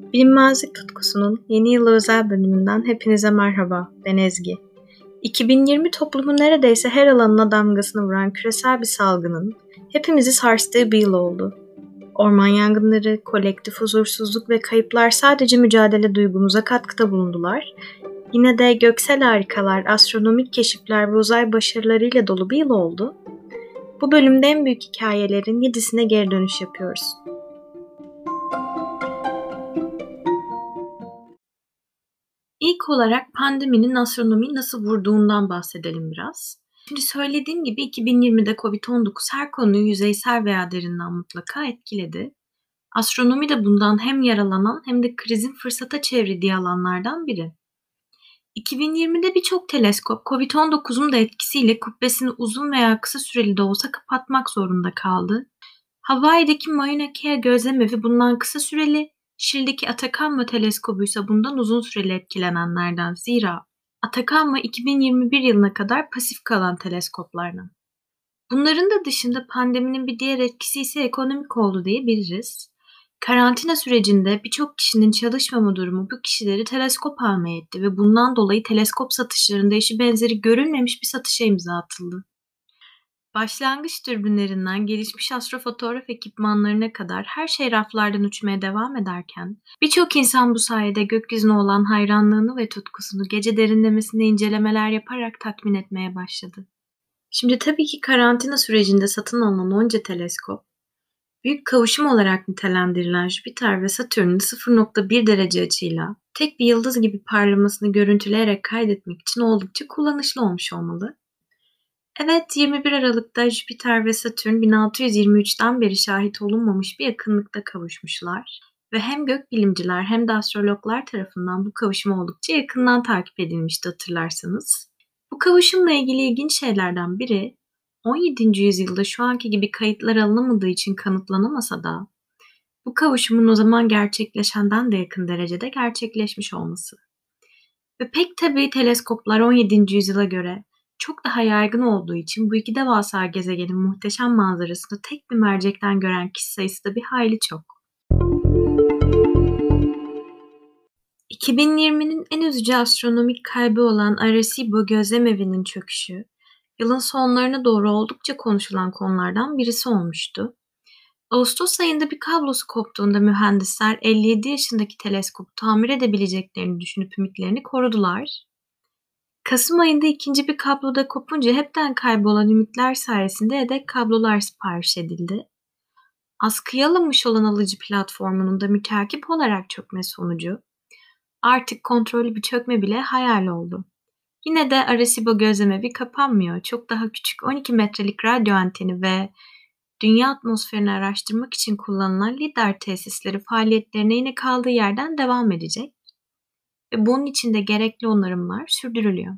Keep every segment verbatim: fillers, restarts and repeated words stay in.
Bilinmezlik Tutkusu'nun yeni yıla özel bölümünden hepinize merhaba, ben Ezgi. iki bin yirmi toplumun neredeyse her alanına damgasını vuran küresel bir salgının hepimizi sarstığı bir yıl oldu. Orman yangınları, kolektif huzursuzluk ve kayıplar sadece mücadele duygumuza katkıda bulundular. Yine de göksel harikalar, astronomik keşifler ve uzay başarılarıyla dolu bir yıl oldu. Bu bölümde en büyük hikayelerin yedisine geri dönüş yapıyoruz. İlk olarak pandeminin astronomiyi nasıl vurduğundan bahsedelim biraz. Şimdi söylediğim gibi iki bin yirmide kovid on dokuz her konuyu yüzeysel veya derinden mutlaka etkiledi. Astronomi de bundan hem yaralanan hem de krizin fırsata çevirdiği alanlardan biri. iki bin yirmide birçok teleskop kovid on dokuzun da etkisiyle kubbesini uzun veya kısa süreli de olsa kapatmak zorunda kaldı. Hawaii'deki Mauna Kea gözlemevi bundan kısa süreli, Şili'deki Atacama teleskobu ise bundan uzun süreli etkilenenlerden. Zira Atacama iki bin yirmi bir yılına kadar pasif kalan teleskoplardan. Bunların da dışında pandeminin bir diğer etkisi ise ekonomik oldu diyebiliriz. Karantina sürecinde birçok kişinin çalışmama durumu bu kişileri teleskop almaya etti ve bundan dolayı teleskop satışlarında eşi benzeri görülmemiş bir satışa imza atıldı. Başlangıç türbinlerinden gelişmiş astrofotoğraf ekipmanlarına kadar her şey raflardan uçmaya devam ederken birçok insan bu sayede gökyüzüne olan hayranlığını ve tutkusunu gece derinlemesine incelemeler yaparak tatmin etmeye başladı. Şimdi tabii ki karantina sürecinde satın alınan onca teleskop, büyük kavuşum olarak nitelendirilen Jüpiter ve Satürn'ün sıfır nokta bir derece açıyla tek bir yıldız gibi parlamasını görüntüleyerek kaydetmek için oldukça kullanışlı olmuş olmalı. Evet, yirmi bir Aralık'ta Jüpiter ve Satürn bin altı yüz yirmi üçten beri şahit olunmamış bir yakınlıkta kavuşmuşlar ve hem gökbilimciler hem de astrologlar tarafından bu kavuşum oldukça yakından takip edilmişti hatırlarsanız. Bu kavuşumla ilgili ilginç şeylerden biri, on yedinci yüzyılda şu anki gibi kayıtlar alınamadığı için kanıtlanamasa da bu kavuşumun o zaman gerçekleşenden de yakın derecede gerçekleşmiş olması. Ve pek tabii teleskoplar on yedinci yüzyıla göre çok daha yaygın olduğu için bu iki devasa gezegenin muhteşem manzarasını tek bir mercekten gören kişi sayısı da bir hayli çok. iki bin yirminin en üzücü astronomik kaybı olan Arecibo gözlemevi'nin çöküşü, yılın sonlarına doğru oldukça konuşulan konulardan birisi olmuştu. Ağustos ayında bir kablosu koptuğunda mühendisler elli yedi yaşındaki teleskopu tamir edebileceklerini düşünüp ümitlerini korudular. Kasım ayında ikinci bir kabloda kopunca hepten kaybolan ümitler sayesinde yedek kablolar sipariş edildi. Askıya alınmış olan alıcı platformunun da mütakip olarak çökme sonucu artık kontrollü bir çökme bile hayal oldu. Yine de Arecibo gözlemevi kapanmıyor. Çok daha küçük on iki metrelik radyo anteni ve dünya atmosferini araştırmak için kullanılan lidar tesisleri faaliyetlerine yine kaldığı yerden devam edecek ve bunun için de gerekli onarımlar sürdürülüyor.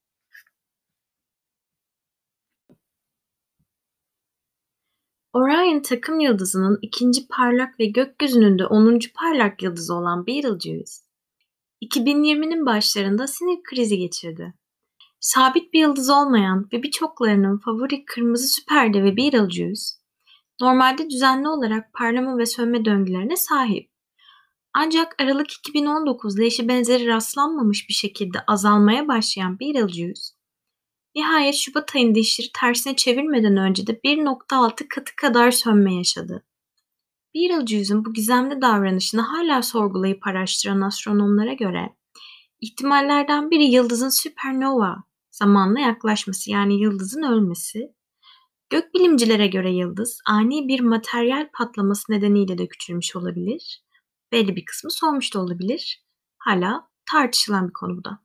Orion takım yıldızının ikinci parlak ve gökyüzünün de onuncu parlak yıldızı olan Betelgeuse, iki bin yirminin başlarında sinir krizi geçirdi. Sabit bir yıldız olmayan ve birçoklarının favori kırmızı süperdevi Betelgeuse, normalde düzenli olarak parlama ve sönme döngülerine sahip. Ancak Aralık iki bin on dokuzda eşi benzeri rastlanmamış bir şekilde azalmaya başlayan Betelgeuse, nihayet Şubat ayında işleri tersine çevirmeden önce de bir nokta altı katı kadar sönme yaşadı. Betelgeuse'un bu gizemli davranışını hala sorgulayıp araştıran astronomlara göre ihtimallerden biri yıldızın süpernova zamanla yaklaşması, yani yıldızın ölmesi. Gökbilimcilere göre yıldız ani bir materyal patlaması nedeniyle de küçülmüş olabilir. Belli bir kısmı solmuş da olabilir. Hala tartışılan bir konu bu da.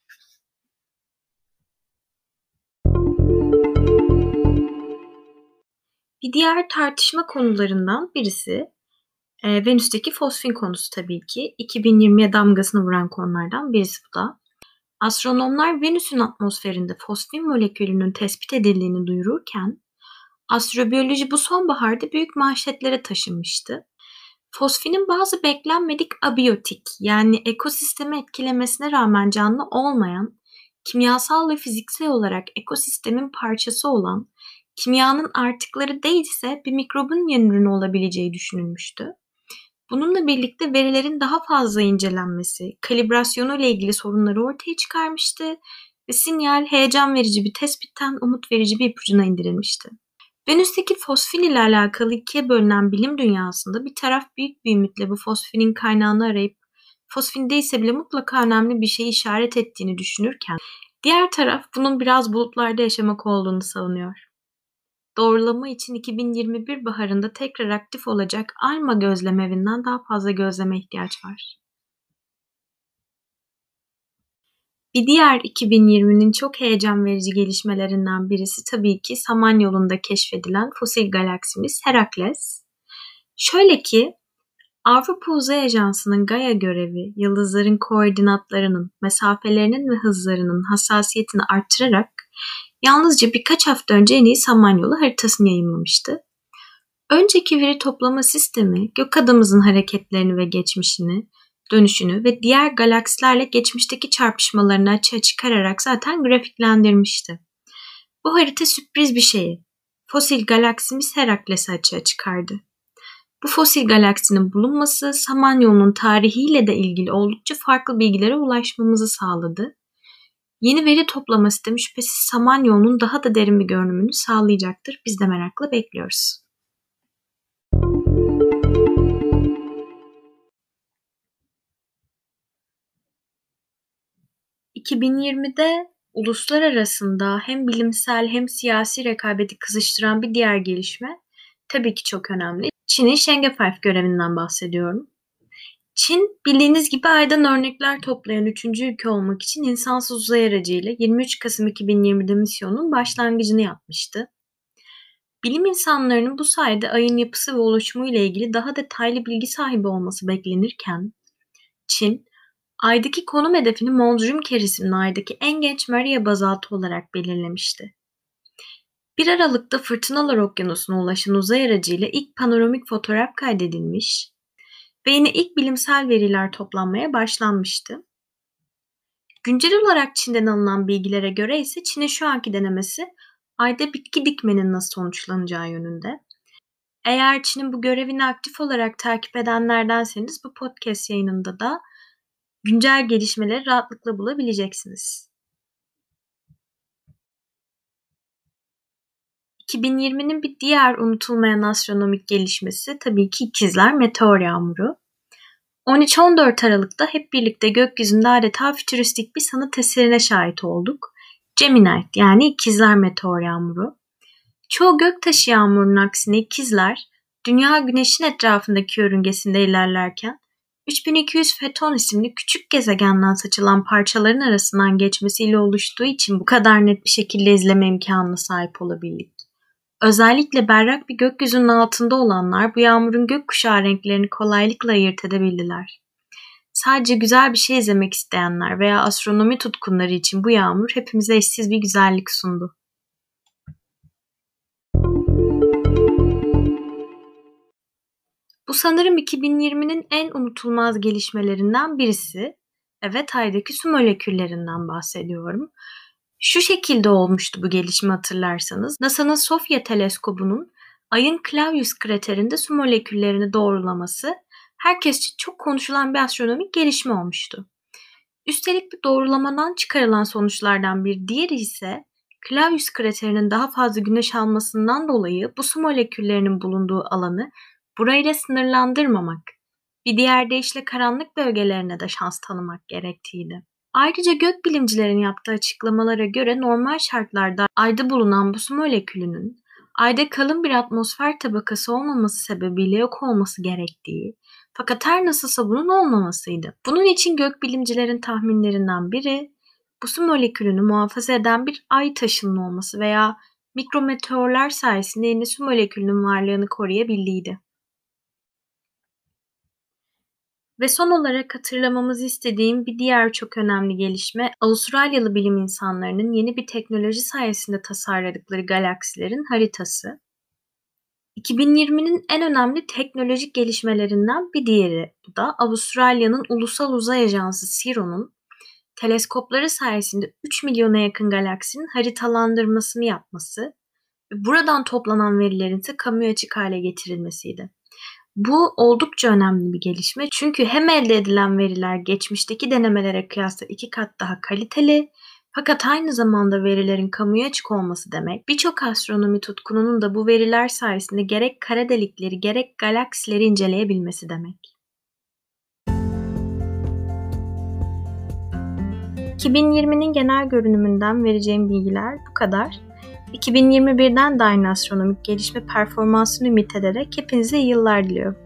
Bir diğer tartışma konularından birisi e, Venüs'teki fosfin konusu tabii ki. iki bin yirmiye damgasını vuran konulardan birisi bu da. Astronomlar Venüs'ün atmosferinde fosfin molekülünün tespit edildiğini duyururken astrobiyoloji bu sonbaharda büyük manşetlere taşınmıştı. Fosfinin bazı beklenmedik abiyotik, yani ekosistemi etkilemesine rağmen canlı olmayan, kimyasal ve fiziksel olarak ekosistemin parçası olan, kimyanın artıkları değilse bir mikrobun yan ürünü olabileceği düşünülmüştü. Bununla birlikte verilerin daha fazla incelenmesi, kalibrasyonu ile ilgili sorunları ortaya çıkarmıştı ve sinyal heyecan verici bir tespitten umut verici bir ipucuna indirilmişti. Venüs'teki fosfin ile alakalı ikiye bölünen bilim dünyasında bir taraf büyük bir ümitle bu fosfinin kaynağını arayıp fosfin değilse bile mutlaka önemli bir şey işaret ettiğini düşünürken diğer taraf bunun biraz bulutlarda yaşamak olduğunu savunuyor. Doğrulama için iki bin yirmi bir baharında tekrar aktif olacak ALMA gözlemevinden daha fazla gözleme ihtiyaç var. Bir diğer iki bin yirminin çok heyecan verici gelişmelerinden birisi tabii ki Samanyolu'nda keşfedilen fosil galaksimiz Herakles. Şöyle ki, Avrupa Uzay Ajansı'nın Gaia görevi, yıldızların koordinatlarının, mesafelerinin ve hızlarının hassasiyetini artırarak yalnızca birkaç hafta önce en iyi Samanyolu haritasını yayımlamıştı. Önceki veri toplama sistemi, gökadamızın hareketlerini ve geçmişini, dönüşünü ve diğer galaksilerle geçmişteki çarpışmalarını açığa çıkararak zaten grafiklendirmişti. Bu harita sürpriz bir şeyi, fosil galaksimiz Herakles'i açığa çıkardı. Bu fosil galaksinin bulunması Samanyolu'nun tarihiyle de ilgili oldukça farklı bilgilere ulaşmamızı sağladı. Yeni veri toplama sistemi şüphesiz Samanyolu'nun daha da derin bir görünümünü sağlayacaktır. Biz de merakla bekliyoruz. iki bin yirmide uluslar arasında hem bilimsel hem siyasi rekabeti kızıştıran bir diğer gelişme tabii ki çok önemli. Çin'in Chang'e beş görevinden bahsediyorum. Çin, bildiğiniz gibi Ay'dan örnekler toplayan üçüncü ülke olmak için insansız uzay aracıyla yirmi üç Kasım iki bin yirmide misyonun başlangıcını yapmıştı. Bilim insanlarının bu sayede Ay'ın yapısı ve oluşumu ile ilgili daha detaylı bilgi sahibi olması beklenirken, Çin, Ay'daki konum hedefini Monjumker isimli Ay'daki en genç Maria bazaltı olarak belirlemişti. bir Aralık'ta Fırtınalar Okyanusu'na ulaşan uzay aracıyla ilk panoramik fotoğraf kaydedilmiş ve yine ilk bilimsel veriler toplanmaya başlanmıştı. Güncel olarak Çin'den alınan bilgilere göre ise Çin'in şu anki denemesi Ay'da bitki dikmenin nasıl sonuçlanacağı yönünde. Eğer Çin'in bu görevini aktif olarak takip edenlerdenseniz bu podcast yayınında da güncel gelişmeleri rahatlıkla bulabileceksiniz. iki bin yirminin bir diğer unutulmayan astronomik gelişmesi tabii ki ikizler meteor yağmuru. on üç on dört Aralık'ta hep birlikte gökyüzünde adeta fütüristik bir sanat eserine şahit olduk. Gemini yani ikizler meteor yağmuru. Çoğu göktaşı yağmurunun aksine ikizler, Dünya Güneş'in etrafındaki yörüngesinde ilerlerken üç bin iki yüz Feton isimli küçük gezegenden saçılan parçaların arasından geçmesiyle oluştuğu için bu kadar net bir şekilde izleme imkanına sahip olabildik. Özellikle berrak bir gökyüzünün altında olanlar bu yağmurun gökkuşağı renklerini kolaylıkla ayırt edebildiler. Sadece güzel bir şey izlemek isteyenler veya astronomi tutkunları için bu yağmur hepimize eşsiz bir güzellik sundu. Bu sanırım iki bin yirminin en unutulmaz gelişmelerinden birisi. Evet, Ay'daki su moleküllerinden bahsediyorum. Şu şekilde olmuştu bu gelişme hatırlarsanız. NASA'nın Sofia teleskobunun Ay'ın Clavius kraterinde su moleküllerini doğrulaması herkes için çok konuşulan bir astronomik gelişme olmuştu. Üstelik bu doğrulamadan çıkarılan sonuçlardan bir diğeri ise Clavius kraterinin daha fazla güneş almasından dolayı bu su moleküllerinin bulunduğu alanı burayla sınırlandırmamak, bir diğer deyişle karanlık bölgelerine de şans tanımak gerektiğiydi. Ayrıca gökbilimcilerin yaptığı açıklamalara göre normal şartlarda Ay'da bulunan bu su molekülünün Ay'da kalın bir atmosfer tabakası olmaması sebebiyle yok olması gerektiği, fakat her nasılsa bunun olmamasıydı. Bunun için gökbilimcilerin tahminlerinden biri bu su molekülünü muhafaza eden bir ay taşının olması veya mikrometeorlar sayesinde yeni su molekülünün varlığını koruyabildiğiydi. Ve son olarak hatırlamamızı istediğim bir diğer çok önemli gelişme, Avustralyalı bilim insanlarının yeni bir teknoloji sayesinde tasarladıkları galaksilerin haritası. iki bin yirminin en önemli teknolojik gelişmelerinden bir diğeri bu da Avustralya'nın Ulusal Uzay Ajansı CIRO'nun teleskopları sayesinde üç milyona yakın galaksinin haritalandırmasını yapması ve buradan toplanan verilerin ise kamuya açık hale getirilmesiydi. Bu oldukça önemli bir gelişme çünkü hem elde edilen veriler geçmişteki denemelere kıyasla iki kat daha kaliteli fakat aynı zamanda verilerin kamuya açık olması demek, birçok astronomi tutkununun da bu veriler sayesinde gerek kara delikleri gerek galaksileri inceleyebilmesi demek. iki bin yirminin genel görünümünden vereceğim bilgiler bu kadar. iki bin yirmi birden de aynı astronomik gelişme performansını ümit ederek hepinize iyi yıllar diliyorum.